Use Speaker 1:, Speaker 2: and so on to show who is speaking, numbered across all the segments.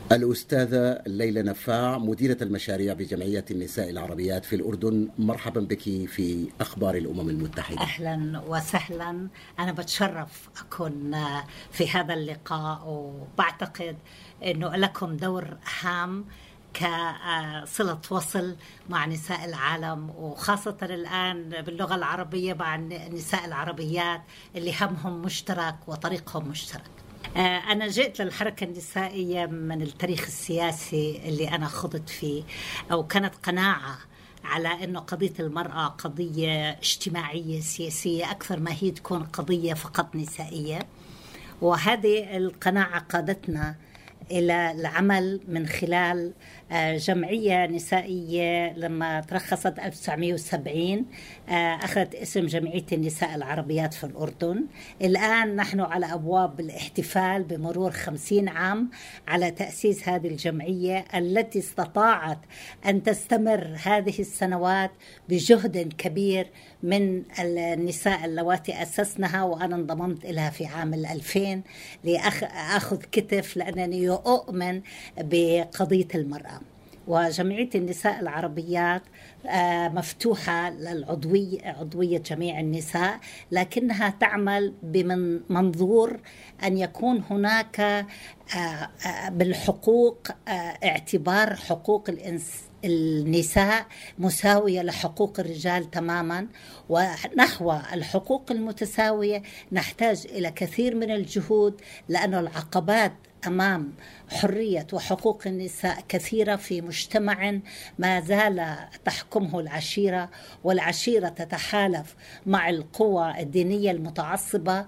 Speaker 1: الأستاذة ليلى نفاع، مديرة المشاريع بجمعية النساء العربيات في الأردن، مرحبا بك في أخبار الأمم المتحدة.
Speaker 2: أهلا وسهلا. أنا بتشرف أكون في هذا اللقاء، وبعتقد أنه لكم دور هام كصلة وصل مع نساء العالم، وخاصة الآن باللغة العربية مع النساء العربيات اللي همهم مشترك وطريقهم مشترك. أنا جئت للحركة النسائية من التاريخ السياسي اللي أنا خضت فيه، أو كانت قناعة على أنه قضية المرأة قضية اجتماعية سياسية أكثر ما هي تكون قضية فقط نسائية. وهذه القناعة قادتنا إلى العمل من خلال جمعية نسائية لما ترخصت 1970 أخذت اسم جمعية النساء العربيات في الأردن. الآن نحن على أبواب الاحتفال بمرور 50 عام على تأسيس هذه الجمعية التي استطاعت أن تستمر هذه السنوات بجهد كبير من النساء اللواتي أسسنها، وأنا انضممت إليها في عام 2000 لأخذ كتف، لأنني أؤمن بقضية المرأة. وجمعية النساء العربيات مفتوحة عضوية جميع النساء، لكنها تعمل بمنظور أن يكون هناك بالحقوق اعتبار حقوق النساء مساوية لحقوق الرجال تماما. ونحو الحقوق المتساوية نحتاج إلى كثير من الجهود، لأن العقبات أمام حرية وحقوق النساء كثيرة في مجتمع ما زال تحكمه العشيرة، والعشيرة تتحالف مع القوى الدينية المتعصبة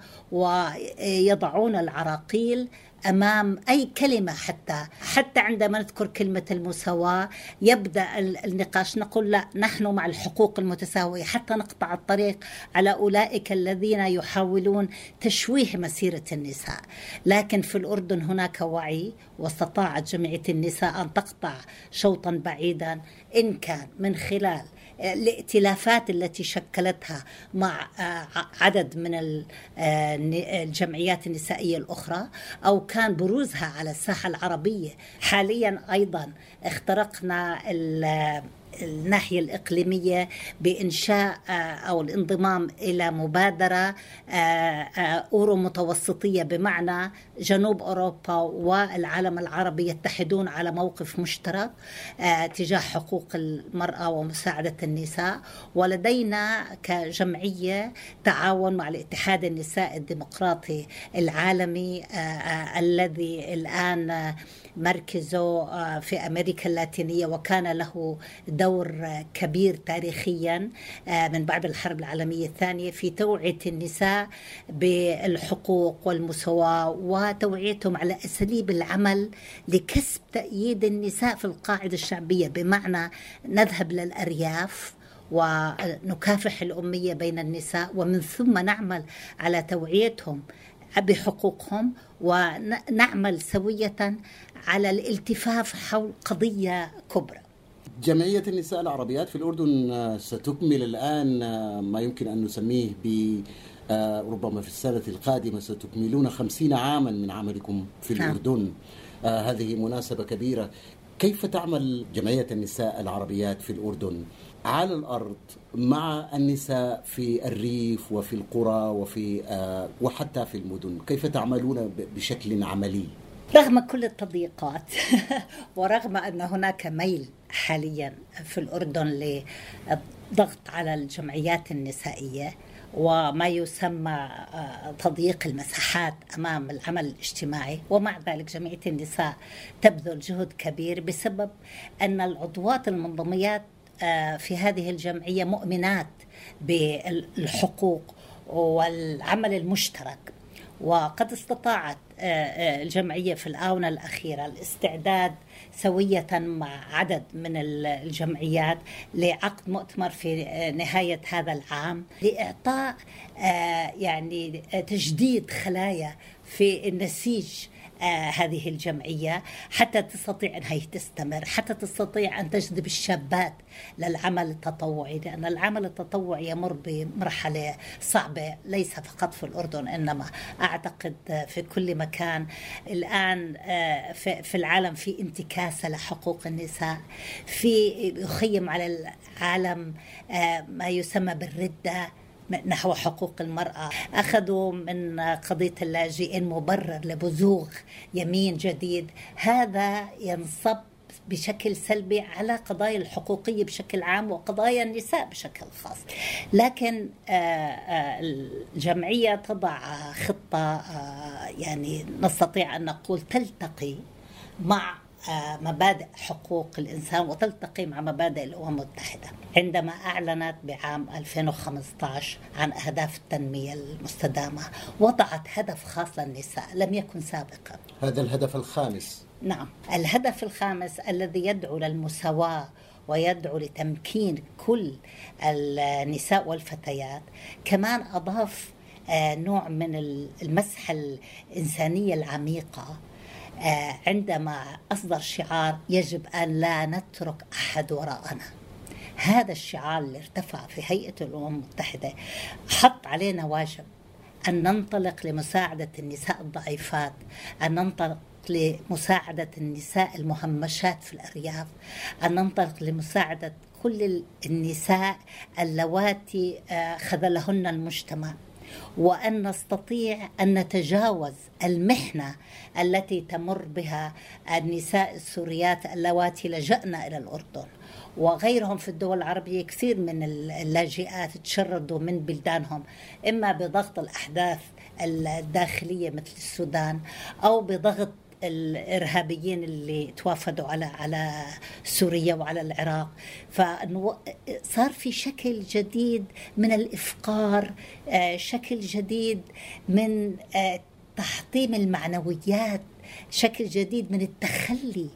Speaker 2: ويضعون العراقيل أمام أي كلمة. حتى عندما نذكر كلمة المساواة يبدأ النقاش، نقول لا، نحن مع الحقوق المتساوية، حتى نقطع الطريق على أولئك الذين يحاولون تشويه مسيرة النساء. لكن في الأردن هناك وعي، واستطاعت جمعية النساء أن تقطع شوطا بعيدا، إن كان من خلال الائتلافات التي شكلتها مع عدد من الجمعيات النسائية الأخرى، أو كان بروزها على الساحة العربية. حاليا أيضا اخترقنا الناحية الإقليمية بإنشاء أو الانضمام إلى مبادرة أورو متوسطية، بمعنى جنوب أوروبا والعالم العربي يتحدون على موقف مشترك تجاه حقوق المرأة ومساعدة النساء. ولدينا كجمعية تعاون مع الاتحاد النساء الديمقراطي العالمي الذي الآن مركزه في أمريكا اللاتينية، وكان له دور كبير تاريخيا من بعد الحرب العالمية الثانية في توعية النساء بالحقوق والمساواة، وتوعيتهم على أساليب العمل لكسب تأييد النساء في القاعدة الشعبية، بمعنى نذهب للأرياف ونكافح الأمية بين النساء، ومن ثم نعمل على توعيتهم بحقوقهم، ونعمل سوية على الالتفاف حول قضية كبرى.
Speaker 1: جمعية النساء العربيات في الأردن ستكمل الآن ما يمكن أن نسميه ربما في السنة القادمة ستكملون 50 عاما من عملكم في الأردن. هذه مناسبة كبيرة. كيف تعمل جمعية النساء العربيات في الأردن على الأرض مع النساء في الريف وفي القرى وحتى في المدن؟ كيف تعملون بشكل عملي
Speaker 2: رغم كل التضييقات ورغم أن هناك ميل حاليا في الأردن للضغط على الجمعيات النسائية وما يسمى تضييق المساحات أمام العمل الاجتماعي، ومع ذلك جمعية النساء تبذل جهد كبير بسبب أن العضوات المنضميات في هذه الجمعية مؤمنات بالحقوق والعمل المشترك. وقد استطاعت الجمعية في الآونة الأخيرة الاستعداد سوية مع عدد من الجمعيات لعقد مؤتمر في نهاية هذا العام لإعطاء يعني تجديد خلايا في النسيج هذه الجمعية حتى تستطيع أن هي تستمر، حتى تستطيع أن تجذب الشابات للعمل التطوعي، لأن العمل التطوعي يمر بمرحلة صعبة ليس فقط في الأردن إنما أعتقد في كل مكان. الآن في العالم في انتكاسة لحقوق النساء، في يخيم على العالم ما يسمى بالردة نحو حقوق المرأة. أخذوا من قضية اللاجئين مبرر لبزوغ يمين جديد، هذا ينصب بشكل سلبي على قضايا الحقوقية بشكل عام وقضايا النساء بشكل خاص. لكن الجمعية تضع خطة يعني نستطيع أن نقول تلتقي مع مبادئ حقوق الإنسان وتلتقي مع مبادئ الأمم المتحدة. عندما أعلنت بعام 2015 عن أهداف التنمية المستدامة وضعت هدف خاص للنساء لم يكن سابقا.
Speaker 1: هذا الهدف الخامس.
Speaker 2: نعم، الهدف الخامس الذي يدعو للمساواة ويدعو لتمكين كل النساء والفتيات، كمان أضاف نوع من المسحة الإنسانية العميقة عندما أصدر شعار يجب أن لا نترك أحد وراءنا. هذا الشعار اللي ارتفع في هيئة الأمم المتحدة حط علينا واجب أن ننطلق لمساعدة النساء الضعيفات، أن ننطلق لمساعدة النساء المهمشات في الأرياف، أن ننطلق لمساعدة كل النساء اللواتي خذلهن المجتمع، وأن نستطيع أن نتجاوز المحنة التي تمر بها النساء السوريات اللواتي لجأن إلى الأردن وغيرهم في الدول العربية. كثير من اللاجئات تشردوا من بلدانهم إما بضغط الأحداث الداخلية مثل السودان أو بضغط الإرهابيين اللي توافدوا على سوريا وعلى العراق. فصار في شكل جديد من الإفقار، شكل جديد من تحطيم المعنويات، شكل جديد من التخلي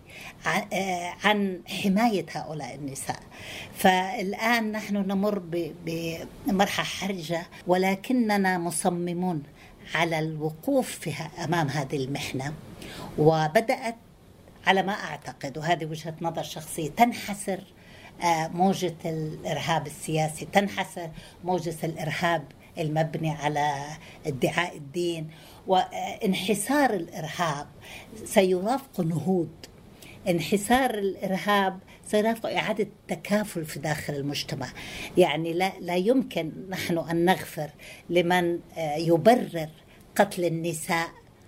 Speaker 2: عن حماية هؤلاء النساء. فالآن نحن نمر بمرحلة حرجة، ولكننا مصممون على الوقوف فيها أمام هذه المحنة. وبدأت على ما أعتقد، وهذه وجهة نظر شخصية، تنحسر موجة الإرهاب السياسي، تنحسر موجة الإرهاب المبني على ادعاء الدين. وانحسار الإرهاب سيرافق نهوض، انحسار الإرهاب سيرافق إعادة تكافل في داخل المجتمع. يعني لا يمكن نحن أن نغفر لمن يبرر قتل النساء.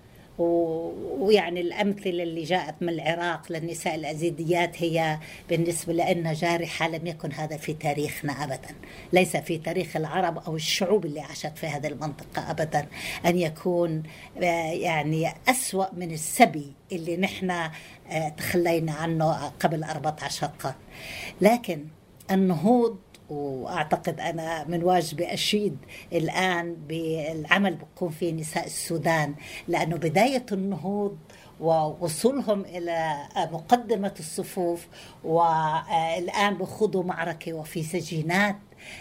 Speaker 2: ويعني الأمثلة اللي جاءت من العراق للنساء الأزيديات هي بالنسبة لنا جارحة، لم يكن هذا في تاريخنا أبدا، ليس في تاريخ العرب أو الشعوب اللي عاشت في هذه المنطقة أبدا أن يكون يعني أسوأ من السبي اللي نحن تخلينا عنه قبل 14 قرن. لكن النهوض، وأعتقد أنا من واجبي أشيد الآن بالعمل بقوم فيه نساء السودان، لأنه بداية النهوض ووصولهم إلى مقدمة الصفوف، والآن بخوضوا معركة وفي سجينات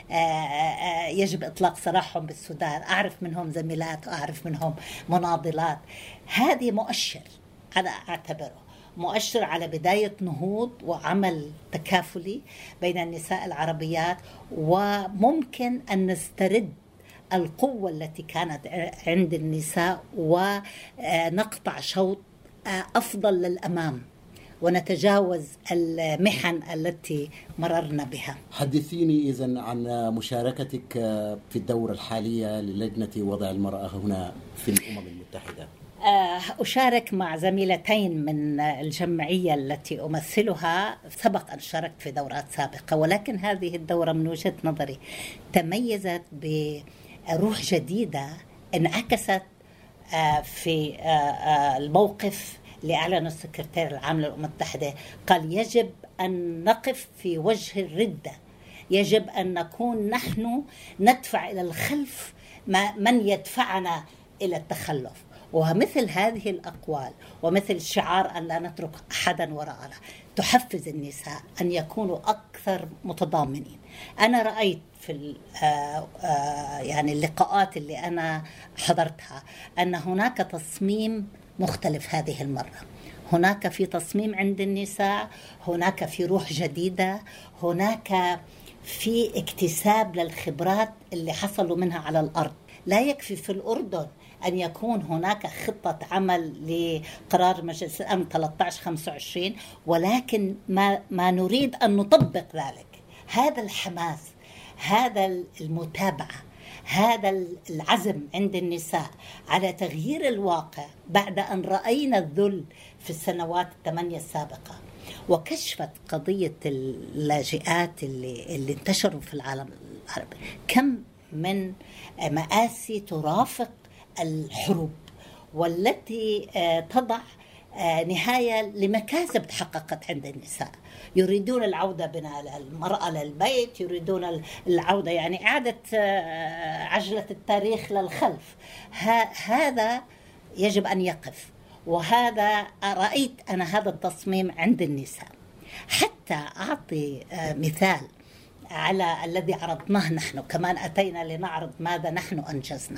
Speaker 2: يجب إطلاق سراحهم بالسودان. أعرف منهم زميلات وأعرف منهم مناضلات. هذه مؤشر، أنا أعتبره مؤشر على بداية نهوض وعمل تكافلي بين النساء العربيات، وممكن أن نسترد القوة التي كانت عند النساء ونقطع شوط أفضل للأمام ونتجاوز المحن التي مررنا بها.
Speaker 1: حدثيني إذن عن مشاركتك في الدورة الحالية للجنة وضع المرأة هنا في الأمم المتحدة.
Speaker 2: أشارك مع زميلتين من الجمعية التي أمثلها. سبق أن شاركت في دورات سابقة، ولكن هذه الدورة من وجهة نظري تميزت بروح جديدة انعكست في الموقف اللي أعلن السكرتير العام للأمم المتحدة. قال يجب أن نقف في وجه الردة، يجب أن نكون نحن ندفع إلى الخلف من يدفعنا إلى التخلف. ومثل هذه الأقوال ومثل شعار أن لا نترك أحدا وراءنا تحفز النساء أن يكونوا أكثر متضامنين. أنا رأيت في يعني اللقاءات اللي أنا حضرتها أن هناك تصميم مختلف هذه المرة. هناك في تصميم عند النساء، هناك في روح جديدة، هناك في اكتساب للخبرات اللي حصلوا منها على الأرض. لا يكفي في الأردن أن يكون هناك خطة عمل لقرار مجلس الأمن 1325، ولكن ما نريد أن نطبق ذلك. هذا الحماس، هذا المتابعة، هذا العزم عند النساء على تغيير الواقع بعد أن رأينا الذل في السنوات 8 السابقة، وكشفت قضية اللاجئات اللي انتشروا في العالم العربي. كم من مآسي ترافق الحروب والتي تضع نهاية لمكاسب تحققت عند النساء. يريدون العودة بنا المرأة للبيت، يريدون العودة يعني إعادة عجلة التاريخ للخلف. هذا يجب أن يقف، وهذا رأيت أنا هذا التصميم عند النساء. حتى أعطي مثال على الذي عرضناه، نحن كمان أتينا لنعرض ماذا نحن أنجزنا.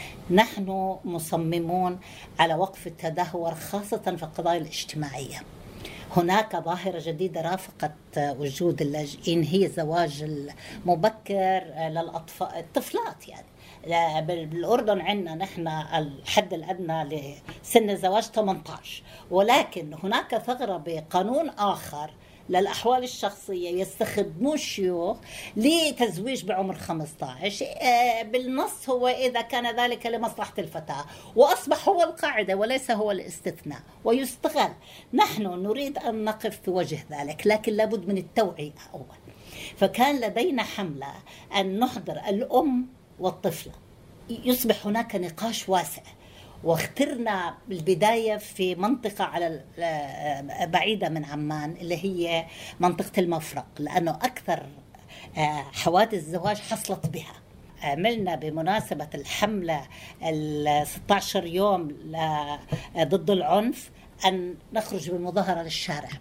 Speaker 2: نحن مصممون على وقف التدهور خاصة في القضايا الاجتماعية. هناك ظاهرة جديدة رافقت وجود اللاجئين، هي الزواج المبكر للأطفال الطفلات. يعني بالأردن عندنا نحن الحد الأدنى لسن الزواج 18، ولكن هناك ثغرة بقانون آخر للأحوال الشخصية يستخدمون الشيوخ لتزويج بعمر 15. بالنص هو إذا كان ذلك لمصلحة الفتاة، وأصبح هو القاعدة وليس هو الاستثناء ويستغل. نحن نريد أن نقف في وجه ذلك، لكن لابد من التوعية أول. فكان لدينا حملة أن نحضر الأم والطفلة، يصبح هناك نقاش واسع. واخترنا بالبداية في منطقة على بعيدة من عمان اللي هي منطقة المفرق، لأنه أكثر حوادث الزواج حصلت بها. عملنا بمناسبة الحملة 16 يوم ضد العنف أن نخرج بمظاهرة للشارع،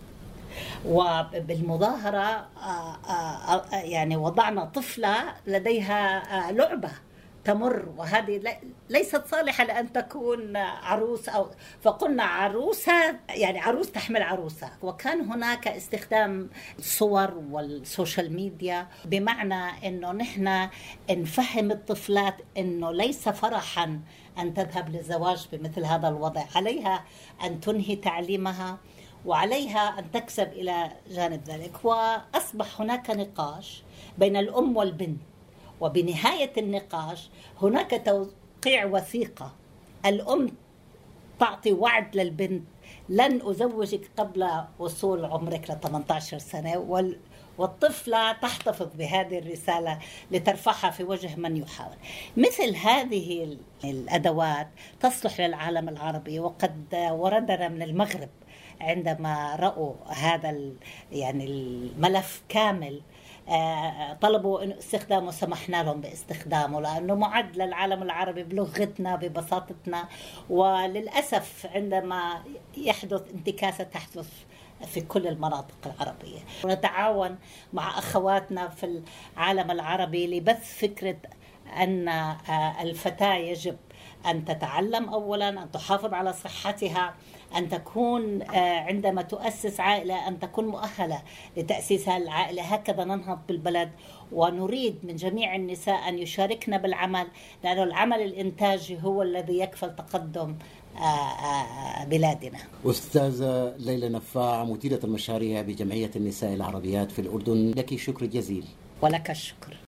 Speaker 2: وبالمظاهرة يعني وضعنا طفلة لديها لعبة تمر، وهذه ليست صالحة لأن تكون عروس، أو فقلنا عروسة يعني عروس تحمل عروسة. وكان هناك استخدام الصور والسوشيال ميديا، بمعنى أنه نحن نفهم الطفلات أنه ليس فرحا أن تذهب للزواج بمثل هذا الوضع، عليها أن تنهي تعليمها وعليها أن تكسب إلى جانب ذلك. وأصبح هناك نقاش بين الأم والبنت، وبنهاية النقاش هناك توقيع وثيقة. الأم تعطي وعد للبنت: لن أزوجك قبل وصول عمرك ل 18 سنة، والطفلة تحتفظ بهذه الرسالة لترفعها في وجه من يحاول. مثل هذه الأدوات تصلح للعالم العربي، وقد وردنا من المغرب عندما رأوا هذا يعني الملف كامل طلبوا استخدامه، سمحنا لهم باستخدامه لأنه معد للعالم العربي بلغتنا ببساطتنا. وللأسف عندما يحدث انتكاسة تحدث في كل المناطق العربية. ونتعاون مع أخواتنا في العالم العربي لبث فكرة أن الفتاة يجب أن تتعلم أولا، أن تحافظ على صحتها، أن تكون عندما تؤسس عائلة أن تكون مؤهلة لتأسيس العائلة. هكذا ننهض بالبلد. ونريد من جميع النساء أن يشاركنا بالعمل، لأن العمل الإنتاجي هو الذي يكفل تقدم بلادنا.
Speaker 1: أستاذة ليلى نفاع، مديرة المشاريع بجمعية النساء العربيات في الأردن، لك شكر جزيل.
Speaker 2: ولك الشكر.